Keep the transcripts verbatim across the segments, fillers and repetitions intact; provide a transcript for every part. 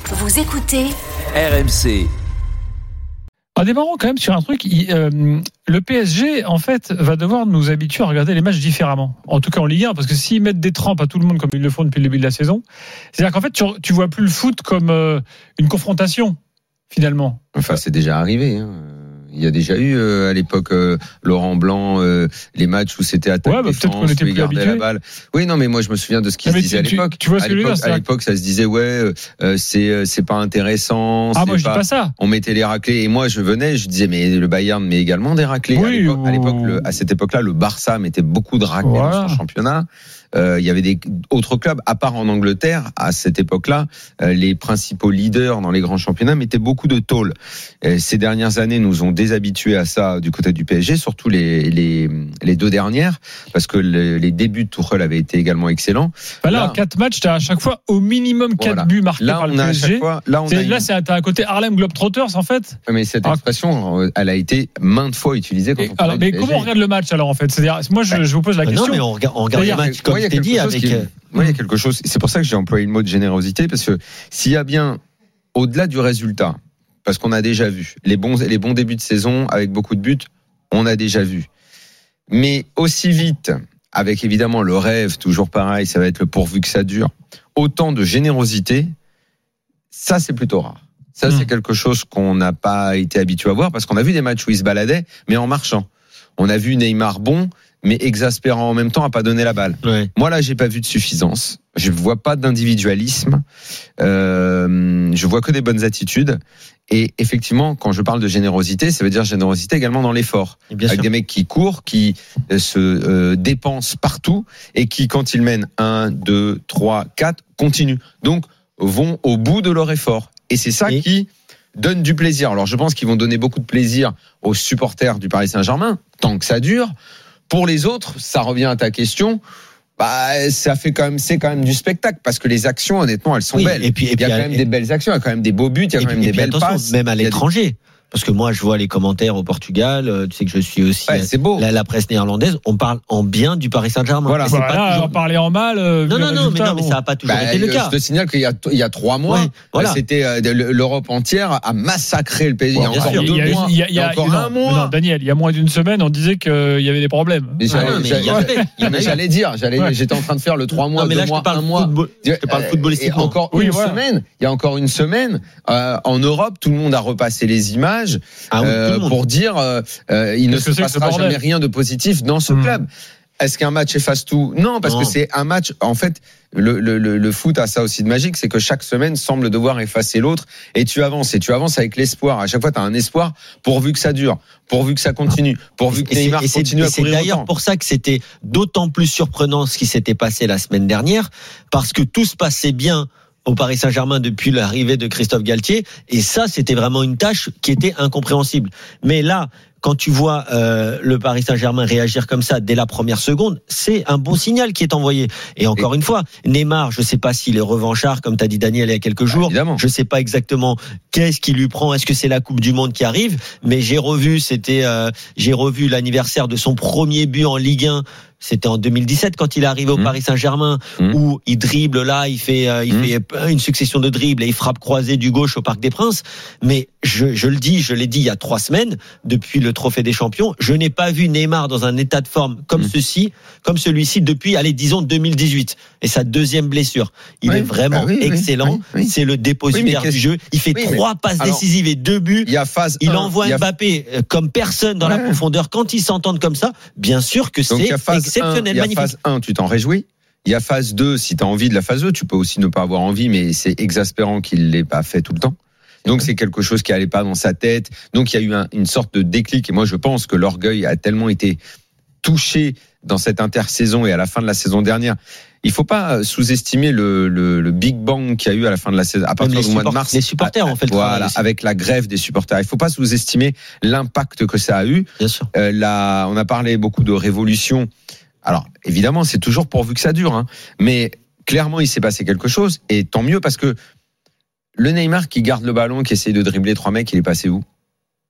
Vous écoutez R M C. En démarrant quand même sur un truc, il, euh, le P S G en fait va devoir nous habituer à regarder les matchs différemment. En tout cas en Ligue un, parce que s'ils mettent des trempes à tout le monde comme ils le font depuis le début de la saison, c'est-à-dire qu'en fait tu, tu vois plus le foot comme euh, une confrontation finalement. Enfin, c'est déjà arrivé. Hein. Il y a déjà eu euh, à l'époque euh, Laurent Blanc euh, les matchs où c'était attaque ouais, bah, défense, peut-être qu'on était où il plus gardait habitué. la balle. Oui, non, mais moi je me souviens de ce qui non, se disait tu, à l'époque. Tu vois ce à que je veux l'époque, dire, à l'époque, ça se disait ouais, euh, c'est c'est pas intéressant. Ah c'est moi je pas... dis pas ça. On mettait les raclés et moi je venais, je disais mais le Bayern met également des raclés. Oui, à l'époque, ou... à, l'époque le, à cette époque-là, le Barça mettait beaucoup de raclés voilà. dans son championnat. Euh, il y avait des autres clubs, à part en Angleterre, à cette époque-là, euh, les principaux leaders dans les grands championnats mettaient beaucoup de tôle. Et ces dernières années nous ont déshabitués à ça du côté du P S G, surtout les les, les deux dernières, parce que le, les débuts de Tuchel avaient été également excellents. Bah là, là, en quatre matchs, t'as à chaque fois au minimum quatre voilà. buts marqués là, par le on a P S à G. chaque fois, là, on c'est, a là, une... c'est t'as un côté Harlem Globetrotters en fait. Mais cette alors, expression, elle a été maintes fois utilisée quand et, on alors, mais comment on regarde le match alors en fait? C'est-à-dire, moi je, je vous pose la bah question. Non, mais on regarde, on regarde le match comme je t'ai dit avec. Qui... Moi, il y a quelque chose. C'est pour ça que j'ai employé le mot de générosité, parce que s'il y a bien, au-delà du résultat, parce qu'on a déjà vu les bons, les bons débuts de saison avec beaucoup de buts, on a déjà vu. Mais aussi vite, avec évidemment le rêve, toujours pareil, ça va être le pourvu que ça dure. Autant de générosité, ça c'est plutôt rare. Ça, mmh. c'est quelque chose qu'on n'a pas été habitué à voir, parce qu'on a vu des matchs où il se baladait, mais en marchant. On a vu Neymar bon, mais exaspérant en même temps à pas donner la balle. Ouais. Moi là, j'ai pas vu de suffisance. Je vois pas d'individualisme. Euh, je vois que des bonnes attitudes. Et effectivement, quand je parle de générosité, ça veut dire générosité également dans l'effort. Avec sûr. Des mecs qui courent, qui se euh, dépensent partout et qui, quand ils mènent un, deux, trois, quatre, continuent. Donc, vont au bout de leur effort. Et c'est ça et qui donne du plaisir. Alors, je pense qu'ils vont donner beaucoup de plaisir aux supporters du Paris Saint-Germain, tant que ça dure. Pour les autres, ça revient à ta question. Bah, ça fait quand même, c'est quand même du spectacle, parce que les actions, honnêtement, elles sont oui, belles. Et puis, et il y a puis, quand même et... des belles actions, il y a quand même des beaux buts, il y a quand même des belles passes. Même à l'étranger. Parce que moi, je vois les commentaires au Portugal. Tu sais que je suis aussi ouais, c'est beau. La, la presse néerlandaise. On parle en bien du Paris Saint-Germain. Voilà. C'est voilà pas toujours... on parlait en mal. Euh, non, non, non, mais non, mais bon. ça n'a pas toujours bah, été le cas. Je te signale qu'il y a, il y a trois mois, ouais, voilà. c'était euh, l'Europe entière a massacré le P S G. Bon, il y a encore sûr. deux il y a, mois. Il y a, il y a, il y a encore non, un mois. Non, Daniel, il y a moins d'une semaine, on disait qu'il y avait des problèmes. Mais j'allais, ah, non, mais j'allais, j'allais, j'allais, j'allais dire, j'allais, ouais. j'étais en train de faire le trois mois, non, mais deux là, mois, je te parle un mois. Football, je te parle footballistiquement. Encore oui, une voilà. semaine. Il y a encore une semaine, euh, en Europe, tout le monde a repassé les images ah, oui, euh, pour dire, euh, euh, il ne se passera jamais rien de positif dans ce mmh. club. Est-ce qu'un match efface tout ? Non, parce non. que c'est un match. En fait, le, le, le, le foot a ça aussi de magique, c'est que chaque semaine semble devoir effacer l'autre, et tu avances, et tu avances avec l'espoir. À chaque fois, tu as un espoir, pourvu que ça dure, pourvu que ça continue, pourvu que Neymar continue à courir. C'est d'ailleurs autant. pour ça que c'était d'autant plus surprenant ce qui s'était passé la semaine dernière, parce que tout se passait bien au Paris Saint-Germain depuis l'arrivée de Christophe Galtier, et ça, c'était vraiment une tâche qui était incompréhensible. Mais là, quand tu vois euh, le Paris Saint-Germain réagir comme ça dès la première seconde, c'est un bon signal qui est envoyé. Et encore et... une fois, Neymar, je ne sais pas s'il est revanchard, comme t'as dit Daniel il y a quelques jours. Bah, je ne sais pas exactement qu'est-ce qui lui prend. Est-ce que c'est la Coupe du Monde qui arrive ? Mais j'ai revu, c'était, euh, j'ai revu l'anniversaire de son premier but en Ligue un. C'était en deux mille dix-sept quand il est arrivé au mmh. Paris Saint-Germain, mmh. où il dribble là, il fait, euh, il mmh. fait une succession de dribbles et il frappe croisé du gauche au Parc des Princes. Mais je, je le dis, je l'ai dit il y a trois semaines, depuis le Trophée des Champions, je n'ai pas vu Neymar dans un état de forme comme mmh. ceci, comme celui-ci depuis, allez, disons deux mille dix-huit. Et sa deuxième blessure, il oui, est vraiment bah oui, excellent. Oui, oui. C'est le dépositaire oui, du jeu. Il fait oui, trois mais... passes Alors, décisives et deux buts. Il y a phase il un, envoie il a... Mbappé comme personne dans ouais. la profondeur. Quand ils s'entendent comme ça, bien sûr que Donc, c'est exceptionnel, un, il y a magnifique. Phase un, tu t'en réjouis. Il y a phase deux, si tu as envie de la phase deux, tu peux aussi ne pas avoir envie, mais c'est exaspérant qu'il ne l'ait pas fait tout le temps. Donc c'est quelque chose qui allait pas dans sa tête. Donc il y a eu un, une sorte de déclic. Et moi je pense que l'orgueil a tellement été touché dans cette intersaison et à la fin de la saison dernière. Il faut pas sous-estimer le, le, le Big Bang qu'il y a eu à la fin de la saison, à partir du mois de mars. Les supporters ont fait le voilà, travail. Avec la grève des supporters. Il faut pas sous-estimer l'impact que ça a eu. Bien sûr. Euh, là, on a parlé beaucoup de révolution. Alors évidemment, c'est toujours pourvu que ça dure, hein. Mais clairement, il s'est passé quelque chose. Et tant mieux, parce que le Neymar qui garde le ballon, qui essaye de dribbler trois mecs, il est passé où ?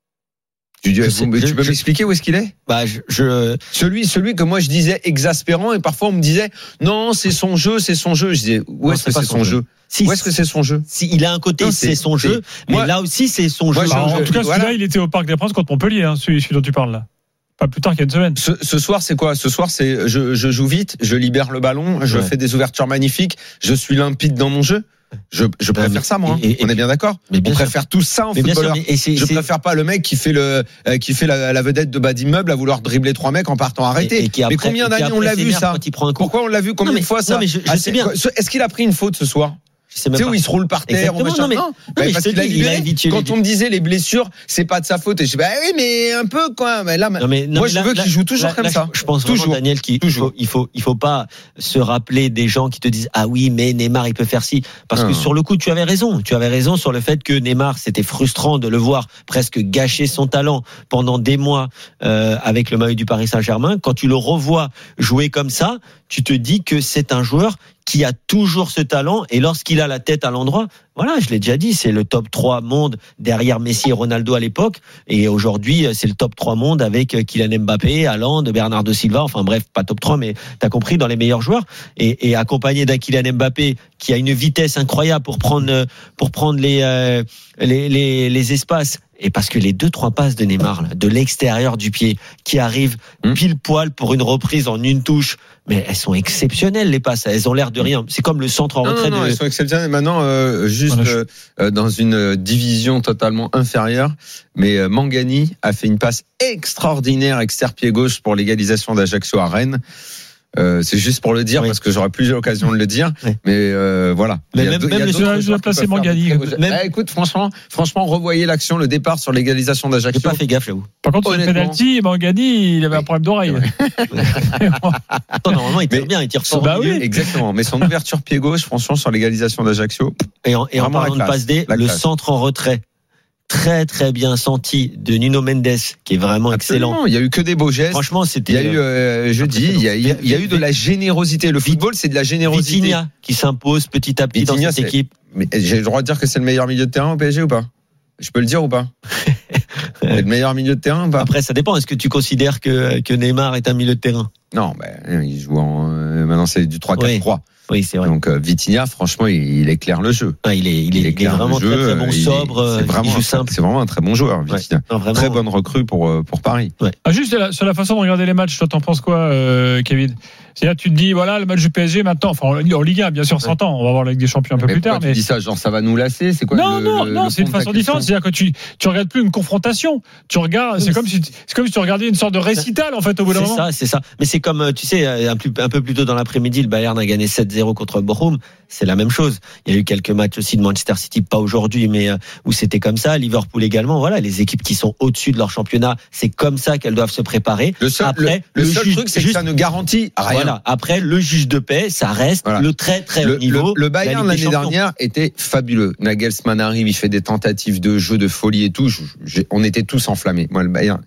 Tu, Je vous, sais, tu je, peux je, m'expliquer où est-ce qu'il est? Bah, je, je... Celui, celui que moi je disais exaspérant, et parfois on me disait non, c'est son jeu, c'est son jeu. Je disais où est-ce que c'est son jeu? Si, où est-ce que c'est son jeu? Si, il a un côté, non, c'est, c'est son c'est, jeu, mais moi, là aussi c'est son moi, jeu. Bah, en je, tout cas, voilà. celui-là, il était au Parc des Princes contre Montpellier, hein, celui, celui dont tu parles là. Pas plus tard qu'il y a une semaine. Ce, ce soir, c'est quoi? Ce soir, c'est je, je joue vite, je libère le ballon, je ouais. fais des ouvertures magnifiques, je suis limpide dans mon jeu. Je, je préfère mais, ça, moi. Et, et, on est bien d'accord. Mais bien On sûr. préfère tout ça en mais footballeur. Sûr, et c'est, je c'est... préfère pas le mec qui fait le, euh, qui fait la, la vedette de bas d'immeuble à vouloir dribbler trois mecs en partant arrêter. Et, et après, mais combien d'années on l'a vu ça? Pourquoi on l'a vu combien de fois ça? je, je ah, sais bien. Est-ce qu'il a pris une faute ce soir? Tu sais où il se roule par terre, ou machin. Non, mais, non, non, mais parce qu'il a libéré. Quand on me disait les blessures, c'est pas de sa faute. Et je dis, bah oui, mais un peu, quoi. Mais là, non, mais, non, moi, mais je là, veux là, qu'il joue toujours là, comme là, ça. Je pense toujours, vraiment, Daniel, qu'il toujours. il faut, il faut pas se rappeler des gens qui te disent, ah oui, mais Neymar, il peut faire ci. Parce que sur le coup, tu avais raison. Tu avais raison sur le fait que Neymar, c'était frustrant de le voir presque gâcher son talent pendant des mois, euh, avec le maillot du Paris Saint-Germain. Quand tu le revois jouer comme ça, tu te dis que c'est un joueur qui a toujours ce talent, et lorsqu'il a la tête à l'endroit, voilà, je l'ai déjà dit, c'est le top trois monde derrière Messi et Ronaldo à l'époque, et aujourd'hui, c'est le top trois monde avec Kylian Mbappé, Haaland, Bernardo Silva, enfin bref, pas top trois, mais t'as compris, dans les meilleurs joueurs, et, et accompagné d'un Kylian Mbappé qui a une vitesse incroyable pour prendre, pour prendre les, euh, les, les, les espaces. Et parce que les deux, trois passes de Neymar, là, de l'extérieur du pied, qui arrivent pile poil pour une reprise en une touche, mais elles sont exceptionnelles, les passes. Elles ont l'air de rien. C'est comme le centre en non, retrait. Non, non, de... elles sont exceptionnelles. Maintenant, euh, juste euh, euh, dans une division totalement inférieure, mais euh, Mangani a fait une passe extraordinaire externe-pied gauche pour l'égalisation d'Ajaccio à Rennes. Euh, c'est juste pour le dire oui. parce que j'aurais plus l'occasion de le dire, oui. mais euh, voilà. Mais même, même le je dois placer Mangani. Même... Ah, écoute, franchement, franchement, revoyez l'action, le départ sur l'égalisation d'Ajaccio. J'ai pas fait gaffe, j'avoue. Par contre, sur le penalty, Mangani, il avait oui. un problème d'oreille. Attends, normalement, il tire mais, bien, il tire fort. Bah oui, exactement. Mais son ouverture pied gauche, franchement, sur l'égalisation d'Ajaccio. Et en, et en parlant de passe D, le centre en retrait. Très très bien senti de Nuno Mendes, qui est vraiment Absolument. excellent. Il y a eu que des beaux gestes. Franchement, c'était. Il y a eu, euh, je dis, il y a, il y a, il y a eu de la générosité. Le football, c'est de la générosité. Vitinha qui s'impose petit à petit Vitinha, dans cette équipe. Mais j'ai le droit de dire que c'est le meilleur milieu de terrain au P S G ou pas? Je peux le dire ou pas? C'est le meilleur milieu de terrain ou pas? Après, ça dépend. Est-ce que tu considères que que Neymar est un milieu de terrain? Non, ben il joue en. Euh, maintenant, c'est du trois quatre trois. Oui. Oui, c'est vrai. Donc euh, Vitinha, franchement, il, il éclare le jeu. Ah, il est, il est, il est, il est vraiment jeu, très, très bon, sobre. C'est vraiment, il simple. C'est vraiment un très bon joueur, Vitinha. Ouais. Non, très bonne recrue pour pour Paris. Ouais. Ah, juste sur la, sur la façon de regarder les matchs, toi, t'en penses quoi, euh, Kevin? C'est-à-dire, tu te dis, voilà, le match du P S G maintenant, enfin, en Ligue un, bien sûr, cent ans, on va voir la Ligue des Champions un peu mais plus tard. Mais tu dis ça, genre, ça va nous lasser, c'est quoi? Non, le, non, le, non, le c'est une façon différente. C'est-à-dire que tu, tu regardes plus une confrontation. Tu regardes, c'est comme si, c'est comme si tu regardais une sorte de récital, en fait, au bout d'un moment. C'est ça, c'est ça. Mais c'est comme, tu sais, un, plus, un peu plus tôt dans l'après-midi, le Bayern a gagné sept zéro contre Bochum. C'est la même chose. Il y a eu quelques matchs aussi de Manchester City, pas aujourd'hui, mais où c'était comme ça. Liverpool également. Voilà, les équipes qui sont au-dessus de leur championnat, c'est comme ça qu'elles doivent se préparer. Le seul, après, le, le seul juge, truc, c'est juste, que ça ne garantit rien. Voilà. Après, le juge de paix, ça reste voilà. le très très le, haut niveau. Le, le Bayern l'année dernière était fabuleux. Nagelsmann arrive, il fait des tentatives de jeu de folie et tout. Je, je, on était tous enflammés. Moi, le Bayern.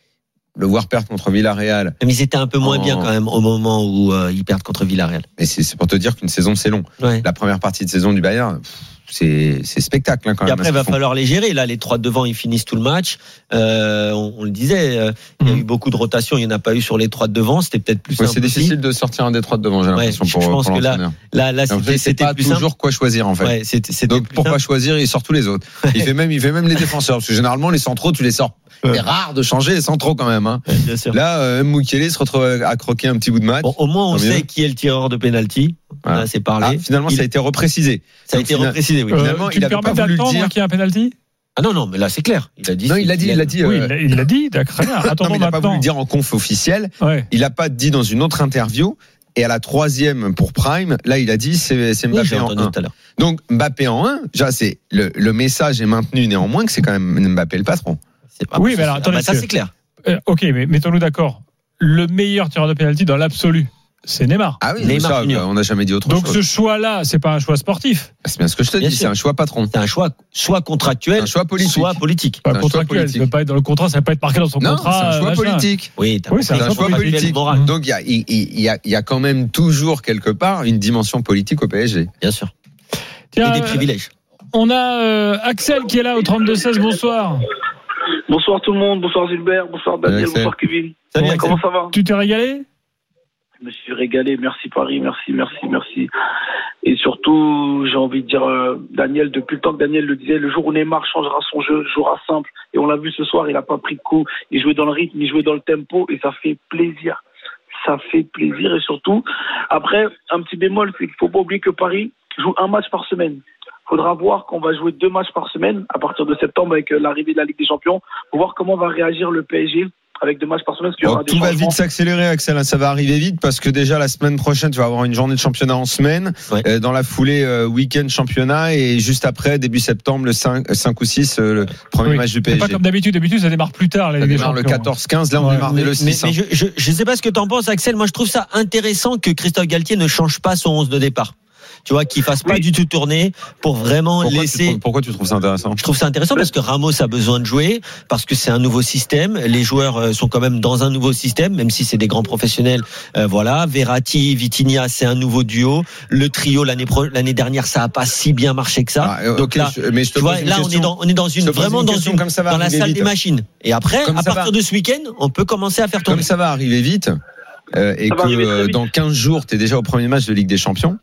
Le voir perdre contre Villarreal. Mais ils étaient un peu moins en... bien quand même au moment où euh, ils perdent contre Villarreal. Mais c'est, c'est pour te dire qu'une saison c'est long. Ouais. La première partie de saison du Bayern, c'est, c'est spectacle hein, quand et même. Et après, il va falloir les gérer. Là, les trois devant, ils finissent tout le match. Euh, on, on le disait, euh, il y a eu beaucoup de rotations. Il n'y en a pas eu sur les trois de devant. C'était peut-être plus ouais, simple. C'est difficile aussi. De sortir un des trois de devant. J'ai ouais, l'impression pour. Je pense pour que là, là, là, c'était, c'était, c'était pas plus toujours simple. Quoi choisir en fait. Ouais, c'était, c'était Donc pour pas choisir, il sort tous les autres. Ouais. Il fait même, il fait même les défenseurs parce que généralement les centraux, tu les sors. C'est rare de changer les centraux quand même. Hein. Ouais, bien sûr. Là, euh, Mukele se retrouve à croquer un petit bout de match. Bon, au moins, on sait qui est le tireur de penalty. Voilà. Là, c'est parlé. Ah, finalement, il... ça a été reprécisé. Ça a été final... reprécisé, oui. Euh, finalement, tu il me avait permets pas voulu le dire qu'il y a un penalty. Ah non, non, mais là, c'est clair. Il a dit. Non, il l'a dit, il l'a dit. Oui, euh... il l'a dit, très bien. Attendons non, mais il n'a pas voulu le maintenant. dire en conf officielle. Ouais. Il l'a pas dit dans une autre interview. Et à la troisième pour Prime, là, il a dit c'est, c'est Mbappé oui, en un. Donc, Mbappé en un, déjà, c'est, le, le message est maintenu néanmoins que c'est quand même Mbappé le patron. C'est pas oui, mais alors, attendez, ah bah, ça, c'est clair. Euh, ok, mais mettons-nous d'accord. Le meilleur tireur de pénalty dans l'absolu, c'est Neymar. Ah oui, Neymar ça, on n'a jamais dit autre Donc chose. Donc ce choix-là, c'est pas un choix sportif. C'est bien ce que je te bien dis, sûr. C'est un choix patron. C'est un choix soit contractuel, un choix politique. soit politique. Pas contractuel, ça peut pas être dans le contrat, ça peut pas être marqué dans son non, contrat. C'est un choix machin. politique. Oui, oui c'est, c'est un, un choix politique. politique. Moral. Donc il y a, il, il, y a, il y a quand même toujours quelque part une dimension politique au P S G. Bien sûr. Tiens, et des privilèges. On a euh, Axel qui est là au trente-deux seize. Bonsoir. Bonsoir tout le monde, bonsoir Gilbert, bonsoir Daniel, Salut, bonsoir Kevin. Salut, Bon, comment ça va? Tu t'es régalé? Je me suis régalé, merci Paris, merci, merci, merci. Et surtout, j'ai envie de dire, euh, Daniel, depuis le temps que Daniel le disait, le jour où Neymar changera son jeu, jouera simple. Et on l'a vu ce soir, il n'a pas pris de coup, il jouait dans le rythme, il jouait dans le tempo, et ça fait plaisir. Ça fait plaisir, et surtout, après, un petit bémol, c'est qu'il ne faut pas oublier que Paris joue un match par semaine. Il faudra voir qu'on va jouer deux matchs par semaine, à partir de septembre, avec l'arrivée de la Ligue des Champions, pour voir comment va réagir le P S G. Avec deux matchs par semaine, bon, tout va vite s'accélérer, Axel. Ça va arriver vite parce que déjà la semaine prochaine, tu vas avoir une journée de championnat en semaine. Ouais. Euh, dans la foulée, euh, week-end championnat et juste après, début septembre, le cinq, cinq ou six, euh, le premier oui. match du P S G. C'est pas comme d'habitude. D'habitude, ça démarre plus tard. Ça démarre le quatorze quinze. Là, on ouais. démarre dès le six. Mais, mais je, je, je sais pas ce que t'en penses, Axel. Moi, je trouve ça intéressant que Christophe Galtier ne change pas son onze de départ. Tu vois, qu'il fasse pas oui. du tout tourner pour vraiment pourquoi laisser. Tu trouves, pourquoi tu trouves ça intéressant? Je trouve ça intéressant parce que Ramos a besoin de jouer, parce que c'est un nouveau système. Les joueurs sont quand même dans un nouveau système, même si c'est des grands professionnels. Euh, voilà, Verratti, Vitinha, c'est un nouveau duo. Le trio l'année pro... l'année dernière, ça a pas si bien marché que ça. Ah, Donc okay, là, je, mais je te tu vois, là, on est dans, on est dans une vraiment une dans une comme ça va dans la salle vite. des machines. Et après, comme à partir va. de ce week-end, on peut commencer à faire tourner. Comme ça va arriver vite, euh, et ça que euh, dans quinze jours, t'es déjà au premier match de Ligue des Champions.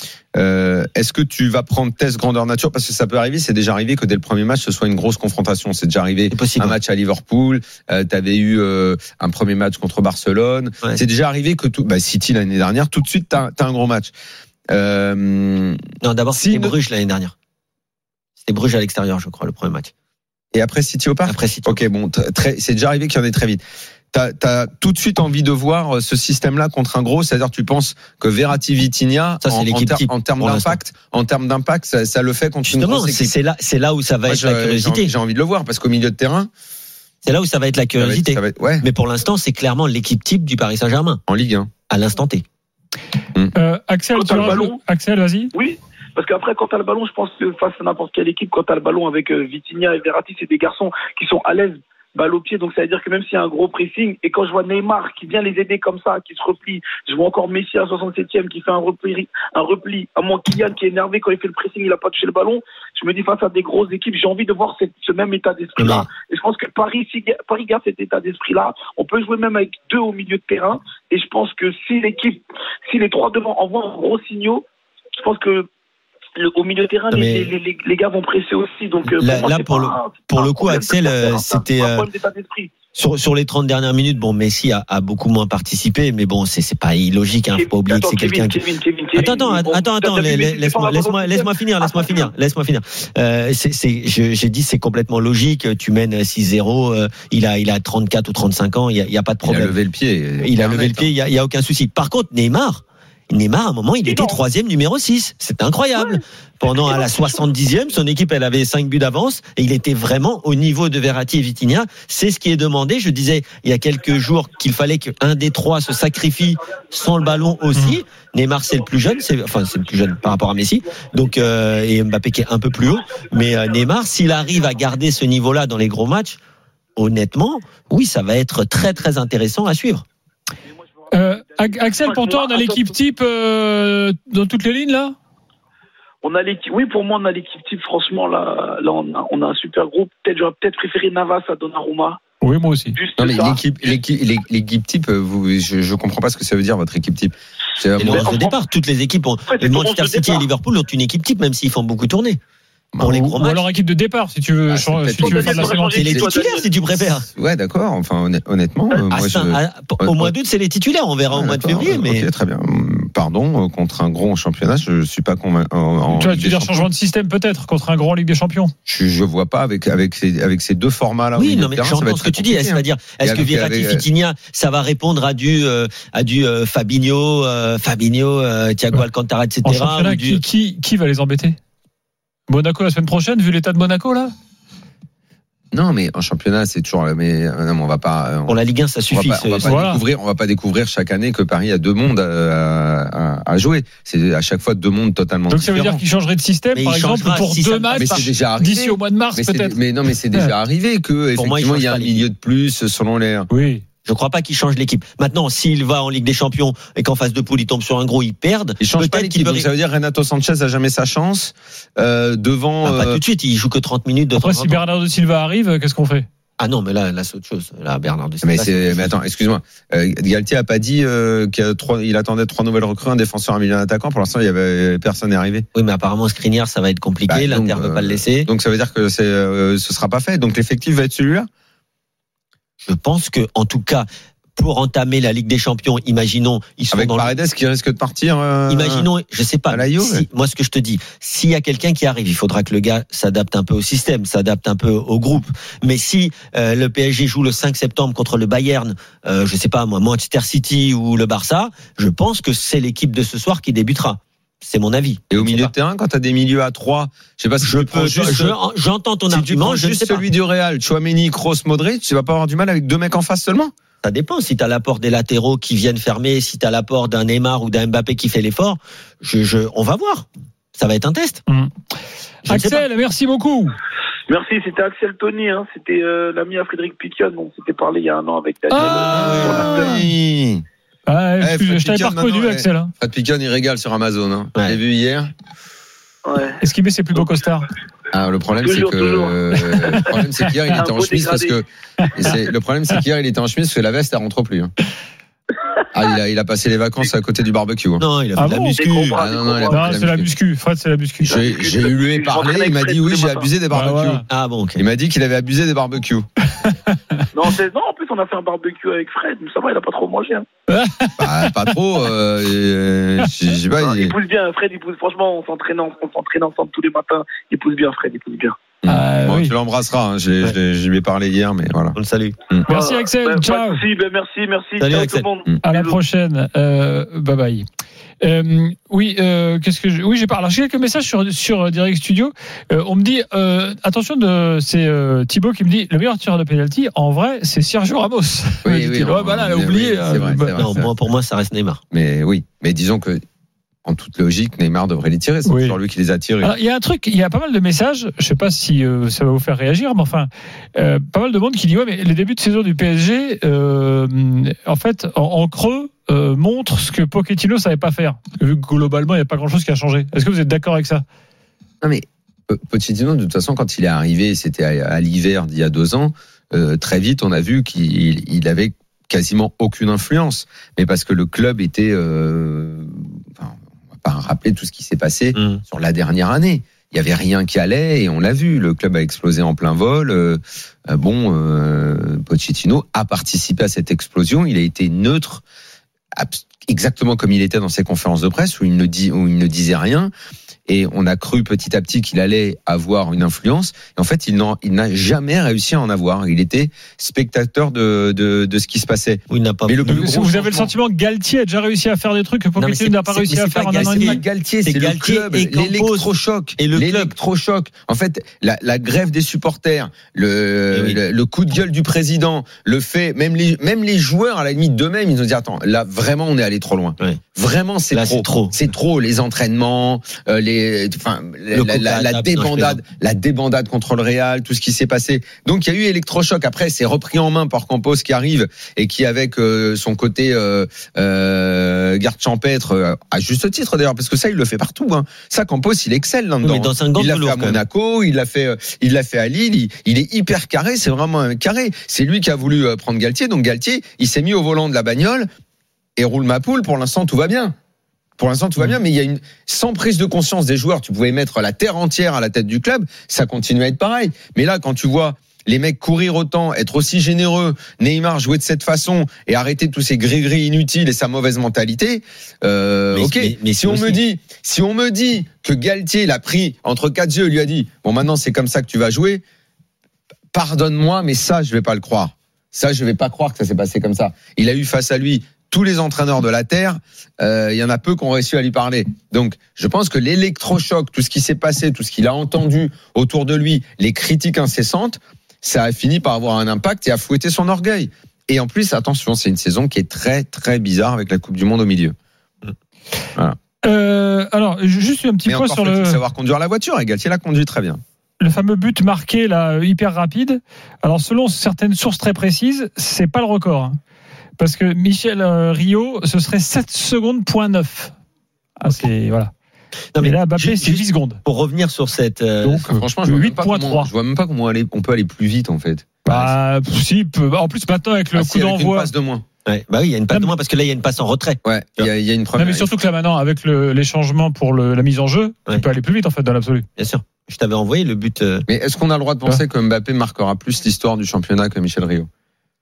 Euh, est-ce que tu vas prendre test grandeur nature parce que ça peut arriver, c'est déjà arrivé que dès le premier match ce soit une grosse confrontation, c'est déjà arrivé un match à Liverpool, euh, t'avais eu euh, un premier match contre Barcelone, ouais. c'est déjà arrivé que tout, bah, City l'année dernière, tout de suite t'as, t'as un gros match. Euh, non d'abord c'était si Bruges l'année dernière, c'était Bruges à l'extérieur je crois le premier match. Et après City au parc. Après City. Ok bon, très, c'est déjà arrivé qu'il y en ait très vite. T'as, t'as tout de suite envie de voir ce système-là contre un gros, c'est-à-dire tu penses que Verratti, Vitinha, ça, en, en, ter- en termes d'impact, en termes d'impact, ça, ça le fait contre Justement, une grosse équipe. C'est, c'est là, c'est là où ça va Moi, être la curiosité. J'ai, j'ai envie de le voir parce qu'au milieu de terrain, c'est là où ça va être la curiosité. Ça va être, ça va être, ouais. Mais pour l'instant, c'est clairement l'équipe type du Paris Saint-Germain en Ligue un à l'instant T. Hum. Euh, Axel, tu le ballon. Axel, vas-y. Oui. Parce qu'après, quand t'as le ballon, je pense que face à n'importe quelle équipe, quand t'as le ballon avec euh, Vitinha et Verratti, c'est des garçons qui sont à l'aise. Balle au pied, donc ça veut dire que même s'il y a un gros pressing, et quand je vois Neymar qui vient les aider comme ça, qui se replie, je vois encore Messi à soixante-septième qui fait un repli, un repli, à moins Kylian qui est énervé quand il fait le pressing, il a pas touché le ballon, je me dis face à des grosses équipes, j'ai envie de voir cette, ce même état d'esprit-là. Et je pense que Paris, si Paris garde cet état d'esprit-là, on peut jouer même avec deux au milieu de terrain, et je pense que si l'équipe, si les trois devant envoient un gros signal, je pense que Le, au milieu de terrain, les, les, les, les gars vont presser aussi. Donc, là, pour, moi, là, c'est pour, pas, le, c'est pour pas le coup, problème, Axel, c'est c'était. Un problème d'état d'esprit. Sur, sur les trente dernières minutes, bon, Messi a, a beaucoup moins participé, mais bon, c'est, c'est pas illogique, hein, faut pas oublier attends, que c'est Kevin, quelqu'un Kevin, Kevin, Kevin, attends, attends, bon, attends, attends, laisse-moi, laisse-moi, laisse-moi finir, laisse-moi finir, laisse-moi finir. Euh, c'est, c'est, je, j'ai dit, c'est complètement logique, tu mènes six zéro, euh, il a, il a trente-quatre ou trente-cinq ans, il y a, il y a pas de problème. Il a levé le pied. Il a levé le pied, il y a, il y a aucun souci. Par contre, Neymar, Neymar, à un moment, il était troisième numéro six. C'est incroyable. Ouais. Pendant à la soixante-dixième, son équipe, elle avait cinq buts d'avance et il était vraiment au niveau de Verratti et Vitinha. C'est ce qui est demandé. Je disais il y a quelques jours qu'il fallait qu'un des trois se sacrifie sans le ballon aussi. Mmh. Neymar, c'est le plus jeune, c'est, enfin, c'est le plus jeune par rapport à Messi. Donc, euh, et Mbappé qui est un peu plus haut. Mais euh, Neymar, s'il arrive à garder ce niveau-là dans les gros matchs, honnêtement, oui, ça va être très, très intéressant à suivre. Euh, Axel, pour toi, on a l'équipe type euh, dans toutes les lignes là. On a l'équipe. Oui, pour moi, on a l'équipe type. Franchement, là, là, on a, on a un super groupe. Peut-être, j'aurais peut-être préféré Navas à Donnarumma. Oui, moi aussi. Juste non, mais ça. l'équipe, l'équipe, l'équipe type, vous, je, je comprends pas ce que ça veut dire votre équipe type. C'est le onze de départ. Toutes les équipes ont. En fait, le Manchester City et Liverpool ont une équipe type, même s'ils font beaucoup tourner. Pour les gros matchs. Ou alors équipe de départ, si tu veux, ah, si tu veux faire de la seconde. C'est les titulaires, si tu préfères. Ouais, d'accord. Enfin, honnêtement, euh, moi, ça, je... au mois d'août, c'est les titulaires. On verra ah, au mois de février. Mais okay, très bien. Pardon, contre un gros en championnat, je suis pas convaincu. Tu vois, tu veux dire changement de système peut-être contre un gros en Ligue des Champions. Je, je vois pas avec avec ces avec ces deux formats là. Oui, non, mais j'entends ce que tu dis. C'est-à-dire, est-ce que Verratti, Vitinha, ça va répondre à du à du Fabinho, Fabinho, Thiago Alcantara, et cetera. En championnat, qui qui qui va les embêter? Monaco la semaine prochaine, vu l'état de Monaco là. Non, mais en championnat, c'est toujours. Mais non, mais on va pas. On, Pour la Ligue un, ça suffit. On va pas, on va pas voilà. découvrir. On va pas découvrir chaque année que Paris a deux mondes à, à, à jouer. C'est à chaque fois deux mondes totalement Donc différents. Donc ça veut dire qu'il changerait de système, mais par exemple, pour deux matchs. Mais c'est déjà arrivé. D'ici au mois de mars, mais peut-être. Mais non, mais c'est déjà arrivé que effectivement moi, il y a un milieu de plus selon l'air. Oui. Je ne crois pas qu'il change l'équipe. Maintenant, s'il va en Ligue des Champions et qu'en phase de poule, il tombe sur un gros, il perd. Il change pas l'équipe. Donc ça veut dire Renato Sanchez a jamais sa chance euh, devant. Ah, pas euh... tout de suite. Il joue que trente minutes. De Après, si Bernardo Silva arrive, qu'est-ce qu'on fait? Ah non, mais là, là c'est autre chose. Là, Bernard de Silva. Mais, c'est, mais attends, excuse-moi. Euh, Galtier a pas dit euh, qu'il a trois, il attendait trois nouvelles recrues, un défenseur, un milieu d'attaquant. Pour l'instant, il y avait personne n'est arrivé. Oui, mais apparemment Skriniar, ça va être compliqué. Bah, L'Inter ne veut pas le laisser. Donc ça veut dire que c'est, euh, ce sera pas fait. Donc l'effectif va être celui-là. Je pense que, en tout cas, pour entamer la Ligue des Champions, imaginons, ils sont avec dans Paredes le... qui risque de partir. Euh... Imaginons, je sais pas. À la Juve. Si, moi, ce que je te dis, s'il y a quelqu'un qui arrive, il faudra que le gars s'adapte un peu au système, s'adapte un peu au groupe. Mais si euh, le P S G joue le cinq septembre contre le Bayern, euh, je sais pas moi, Manchester City ou le Barça, je pense que c'est l'équipe de ce soir qui débutera. C'est mon avis. Et au milieu de terrain, quand tu as des milieux à trois, je sais pas si je tu peux, juste, je, j'entends ton si argument. Tu prends je juste ne sais celui pas. du Real, Tchouaméni, Kroos, Modric, tu vas pas avoir du mal avec deux mecs en face seulement. Ça dépend. Si tu as l'apport des latéraux qui viennent fermer, si tu as l'apport d'un Neymar ou d'un Mbappé qui fait l'effort, je, je, on va voir. Ça va être un test. Mmh. Axel, merci beaucoup. Merci, c'était Axel Tony, hein. C'était euh, l'ami à Frédéric Piquion. On s'était parlé il y a un an avec Daniel. Ah, euh, oui. Ah, Eh, excuse, Fred je t'avais pas Piquion, reconnu, non, Axel. Hein. Fred Piquion, il régale sur Amazon. Hein. Ouais. J'ai vu hier. Ouais. Est-ce qu'il met ses plus beaux costards? Ah, le problème, Toujours, c'est que toujours. euh, le problème, c'est qu'hier, il Un était en beau chemise parce que et c'est, le problème, c'est qu'hier, il était en chemise parce que la veste, elle rentre plus. Hein. Ah, il a, il a passé les vacances à côté du barbecue. Hein. Non, il a fait Ah de la bon muscu. Ah, non, non, il a Non, pas fait c'est la muscu. muscu. Fred, c'est la muscu. J'ai, j'ai eu lui parler, il m'a dit oui, j'ai abusé des barbecues. Ah, voilà. Ah bon, ok. Il m'a dit qu'il avait abusé des barbecues. Non, c'est... non, en plus, on a fait un barbecue avec Fred. Mais ça va, il a pas trop mangé. Hein. Bah, pas trop. Euh, euh, je je sais pas. Non, il... il pousse bien, Fred. Il pousse. Franchement, on s'entraîne, on s'entraîne ensemble tous les matins. Il pousse bien, Fred. Il pousse bien. Ah, Bon, oui. tu l'embrasseras. Hein. J'ai, Ouais. j'ai, je lui ai parlé hier, mais voilà. On le salue. Merci, Voilà. Axel. Ben, Ciao. pas de souci. Ben, merci, merci. Salut, Ciao, Axel. tout le monde. À la Bisous. prochaine. Euh, bye bye. Euh, oui, euh, qu'est-ce que je... oui, j'ai pas. Alors j'ai quelques messages sur sur Direct Studio. Euh, on me dit euh, attention de c'est euh, Thibaut qui me dit le meilleur tireur de penalty. En vrai, c'est Sergio Ramos. Oui, oui, ouais, on- voilà, elle a oui, oublié. oui, c'est vrai, bah, c'est vrai. Non, moi, pour moi, ça reste Neymar. Mais oui. Mais disons que, en toute logique, Neymar devrait les tirer. C'est Oui. toujours lui qui les a tirés. Alors, il y a un truc, il y a pas mal de messages, je sais pas si euh, ça va vous faire réagir, mais enfin, euh, pas mal de monde qui dit ouais, mais les débuts de saison du P S G, euh, en fait, en, en creux, euh, montrent ce que Pochettino savait pas faire. Vu que globalement, il n'y a pas grand-chose qui a changé. Est-ce que vous êtes d'accord avec ça? Non, mais euh, Pochettino, de toute façon, quand il est arrivé, c'était à, à l'hiver d'il y a deux ans, euh, très vite, on a vu qu'il il avait quasiment aucune influence. Mais parce que le club était... Euh, enfin, on va pas rappeler tout ce qui s'est passé Mmh. sur la dernière année. Il y avait rien qui allait et on l'a vu. Le club a explosé en plein vol. Euh, euh, bon, euh, Pochettino a participé à cette explosion. Il a été neutre, abs- exactement comme il était dans ses conférences de presse où il ne dit, où il ne disait rien. Et on a cru petit à petit qu'il allait avoir une influence. Et en fait, il, n'en, il n'a jamais réussi à en avoir. Il était spectateur de, de, de ce qui se passait. Oui, il n'a pas. Mais le Donc, plus vous gros avez le changement- sentiment que Galtier a déjà réussi à faire des trucs que mais Pochettino c'est- n'a pas c'est- réussi mais à c'est faire pas en un an et Galtier. demi? Galtier, C'est c'est le Galtier club, et Campos l'électrochoc, et le club. l'électrochoc. En fait, la, la grève des supporters, le, Eh oui. le, le coup de gueule du président, le fait, même les, même les joueurs à la limite d'eux-mêmes, ils ont dit attends, là vraiment on est allé trop loin. Ouais. Vraiment c'est Là, trop. c'est trop. C'est trop les entraînements, euh, les, enfin la, Le la, la, coca à la table, non, je débandade, la débandade contre le Real, tout ce qui s'est passé. Donc il y a eu électrochoc. Après c'est repris en main par Campos qui arrive et qui avec euh, son côté euh, euh, garde champêtre euh, à juste titre d'ailleurs parce que ça il le fait partout. Hein. Ça Campos il excelle là-dedans. Oui, mais dans un gant il l'a de fait velours, à quand même. Monaco, il l'a fait, euh, il l'a fait à Lille. Il, il est hyper carré. C'est vraiment un carré. C'est lui qui a voulu euh, prendre Galtier. Donc Galtier il s'est mis au volant de la bagnole et roule ma poule. Pour l'instant tout va bien. Pour l'instant, tout va bien, mais il y a une, sans prise de conscience des joueurs, tu pouvais mettre la terre entière à la tête du club, ça continue à être pareil. Mais là, quand tu vois les mecs courir autant, être aussi généreux, Neymar jouer de cette façon et arrêter tous ces gris-gris inutiles et sa mauvaise mentalité, euh, Mais- ok. mais- mais si on aussi- me dit, si on me dit que Galtier l'a pris entre quatre yeux, lui a dit, bon, maintenant c'est comme ça que tu vas jouer, pardonne-moi, mais ça, je vais pas le croire. Ça, je vais pas croire que ça s'est passé comme ça. Il a eu face à lui tous les entraîneurs de la Terre, euh, il y en a peu qui ont réussi à lui parler. Donc, je pense que l'électrochoc, tout ce qui s'est passé, tout ce qu'il a entendu autour de lui, les critiques incessantes, ça a fini par avoir un impact et à fouetter son orgueil. Et en plus, attention, c'est une saison qui est très, très bizarre avec la Coupe du Monde au milieu. Voilà. Euh, alors, juste un petit Mais point encore sur faut-il le, savoir conduire la voiture, et Galtier l'a conduit très bien. le fameux but marqué là, hyper rapide. Alors, selon certaines sources très précises, c'est pas le record. Hein. Parce que Michel euh, Rio, ce serait sept secondes point neuf. Ah, c'est, voilà. Non, mais là, Mbappé, c'est dix secondes. Pour revenir sur cette. Euh... Donc, franchement, je vois, huit virgule trois. je vois même pas comment aller, on peut aller plus vite, en fait. Bah, si, en plus, maintenant, avec le ah, coup si, d'envoi. Une passe de moins. Ouais, bah oui, il y a une passe de moins parce que là, il y a une passe en retrait. Ouais, il y a, il y a une première. Non, mais surtout que là, maintenant, avec le, les changements pour le, la mise en jeu, ouais. tu peux aller plus vite, en fait, dans l'absolu. Bien sûr. Je t'avais envoyé le but. Euh... Mais est-ce qu'on a le droit de penser ouais. que Mbappé marquera plus l'histoire du championnat que Michel Rio?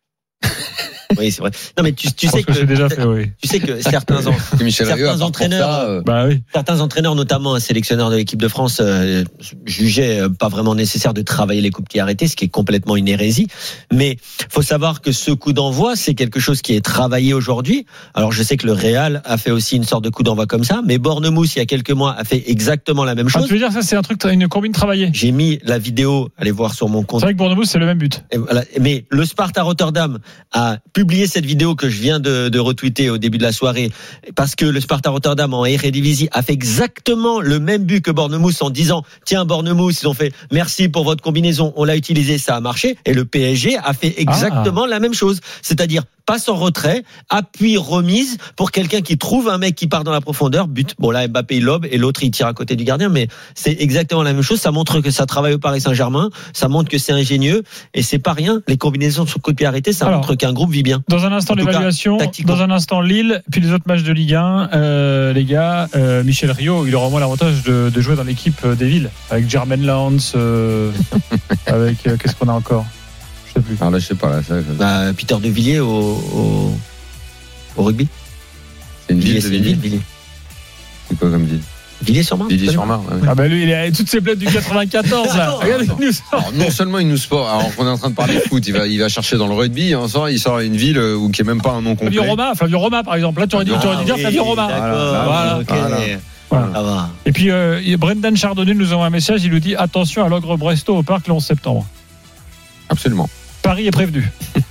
Oui, c'est vrai. Non, mais tu, tu sais que, que c'est déjà fait, oui. tu sais que certains, en, que certains entraîneurs, ça, euh... bah oui. certains entraîneurs, notamment un sélectionneur de l'équipe de France, euh, jugeaient euh, pas vraiment nécessaire de travailler les coups de pied arrêtés, ce qui est complètement une hérésie. Mais faut savoir que ce coup d'envoi, c'est quelque chose qui est travaillé aujourd'hui. Alors, je sais que le Real a fait aussi une sorte de coup d'envoi comme ça, mais Bournemouth, il y a quelques mois, a fait exactement la même chose. Ah, tu veux dire ça, c'est un truc, une combine travaillée? J'ai mis la vidéo, allez voir sur mon compte. C'est vrai que Bournemouth, c'est le même but. Et voilà. Mais le Sparta Rotterdam a publié cette vidéo que je viens de, de retweeter au début de la soirée parce que le Sparta Rotterdam en Eredivisie a fait exactement le même but que Bournemouth en disant tiens Bournemouth, ils ont fait merci pour votre combinaison, on l'a utilisé, ça a marché, et le P S G a fait exactement ah. la même chose, c'est-à-dire passe en retrait, appui, remise pour quelqu'un qui trouve un mec qui part dans la profondeur, but. Bon là Mbappé il lobe et l'autre il tire à côté du gardien, mais c'est exactement la même chose. Ça montre que ça travaille au Paris Saint-Germain, ça montre que c'est ingénieux et c'est pas rien. Les combinaisons sur coup de pied arrêté, ça Alors, montre qu'un groupe vit bien. Dans un instant l'évaluation, cas, dans un instant Lille, puis les autres matchs de Ligue un, euh, les gars, euh, Michel Rio, il aura au moins l'avantage de, de jouer dans l'équipe des villes avec Jermaine Lance, euh, avec euh, qu'est-ce qu'on a encore? Plus. Alors là, je sais pas. Là, ça, je... bah, Peter De Villiers au, au, au rugby. C'est une ville de Villiers. Villiers. C'est quoi comme ville? Villiers-sur-Marne. Villiers-sur-Marne. Ouais. Ah bah lui, il a toutes ses plates du quatre-vingt-quatorze. Là. Regardez, non, alors, non seulement il nous sport, alors qu'on est en train de parler de foot, il va, il va chercher dans le rugby. En sort, il sort une ville où qui est même pas un nom complet. Flavio Roma, Flavio Roma par exemple. Là, tu aurais dû, ah, dire oui, Flavio Roma. Voilà. voilà. Okay. voilà. Voilà. Ah bah. Et puis euh, Brendan Chardonnay nous envoie un message. Il nous dit attention à l'Ogre Bresto au parc le onze septembre. Absolument. Paris est prévenu.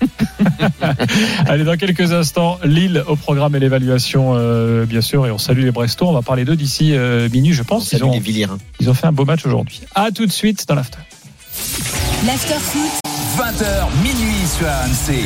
Allez, dans quelques instants, Lille au programme et l'évaluation, euh, bien sûr, et on salue les Brestois. On va parler d'eux d'ici euh, minuit, je pense. Ils ont, les Villiers, hein. ils ont fait un beau match aujourd'hui. À tout de suite dans l'after. L'after foot. vingt heures minuit sur A M C.